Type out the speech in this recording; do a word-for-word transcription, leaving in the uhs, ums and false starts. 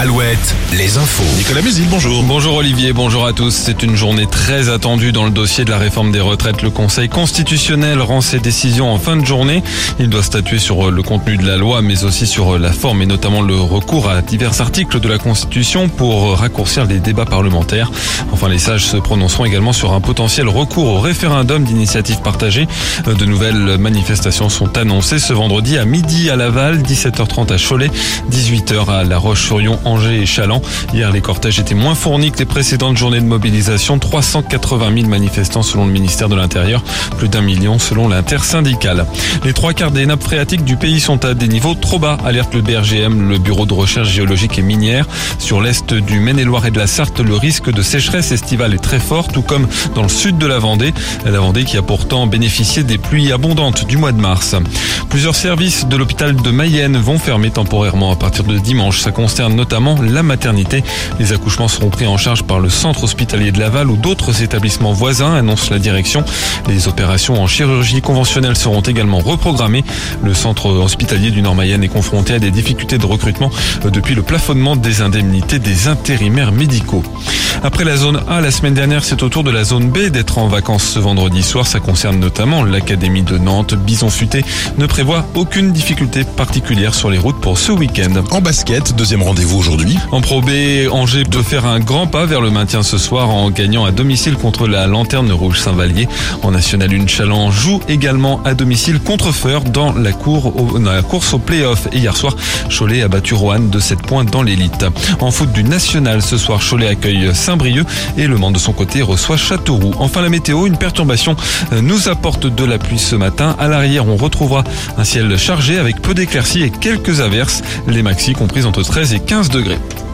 Alouette, les infos. Nicolas Mézil, bonjour. Bonjour Olivier, bonjour à tous. C'est une journée très attendue dans le dossier de la réforme des retraites. Le Conseil constitutionnel rend ses décisions en fin de journée. Il doit statuer sur le contenu de la loi, mais aussi sur la forme et notamment le recours à divers articles de la Constitution pour raccourcir les débats parlementaires. Enfin, les sages se prononceront également sur un potentiel recours au référendum d'initiative partagée. De nouvelles manifestations sont annoncées ce vendredi à midi à Laval, dix-sept heures trente à Cholet, dix-huit heures à La Roche-sur-Yon, Angers et Challans. Hier, les cortèges étaient moins fournis que les précédentes journées de mobilisation. trois cent quatre-vingt mille manifestants selon le ministère de l'Intérieur, plus d'un million selon l'intersyndicale. Les trois quarts des nappes phréatiques du pays sont à des niveaux trop bas, alerte le B R G M, le Bureau de recherche géologique et minière. Sur l'est du Maine-et-Loire et de la Sarthe, le risque de sécheresse estivale est très fort, tout comme dans le sud de la Vendée. La Vendée qui a pourtant bénéficié des pluies abondantes du mois de mars. Plusieurs services de l'hôpital de Mayenne vont fermer temporairement à partir de dimanche. Ça concerne notamment la maternité. Les accouchements seront pris en charge par le centre hospitalier de Laval ou d'autres établissements voisins, annonce la direction. Les opérations en chirurgie conventionnelle seront également reprogrammées. Le centre hospitalier du Nord-Mayenne est confronté à des difficultés de recrutement depuis le plafonnement des indemnités des intérimaires médicaux. Après la zone A, la semaine dernière, c'est au tour de la zone B d'être en vacances ce vendredi soir. Ça concerne notamment l'Académie de Nantes. Bison Futé ne prévoit aucune difficulté particulière sur les routes pour ce week-end. En basket, deuxième rendez-vous aujourd'hui. En Pro B, Angers peut faire un grand pas vers le maintien ce soir en gagnant à domicile contre la Lanterne Rouge Saint-Vallier. En National un, Challans joue également à domicile contre Feur dans la, cour au, dans la course au play-off. Et hier soir, Cholet a battu Roanne de sept points dans l'élite. En foot du National, ce soir, Cholet accueille Saint-Brieuc et Le Mans de son côté reçoit Châteauroux. Enfin, la météo, une perturbation nous apporte de la pluie ce matin. À l'arrière, on retrouvera un ciel chargé avec peu d'éclaircies et quelques averses. Les maxis comprises entre treize et quinze degrés.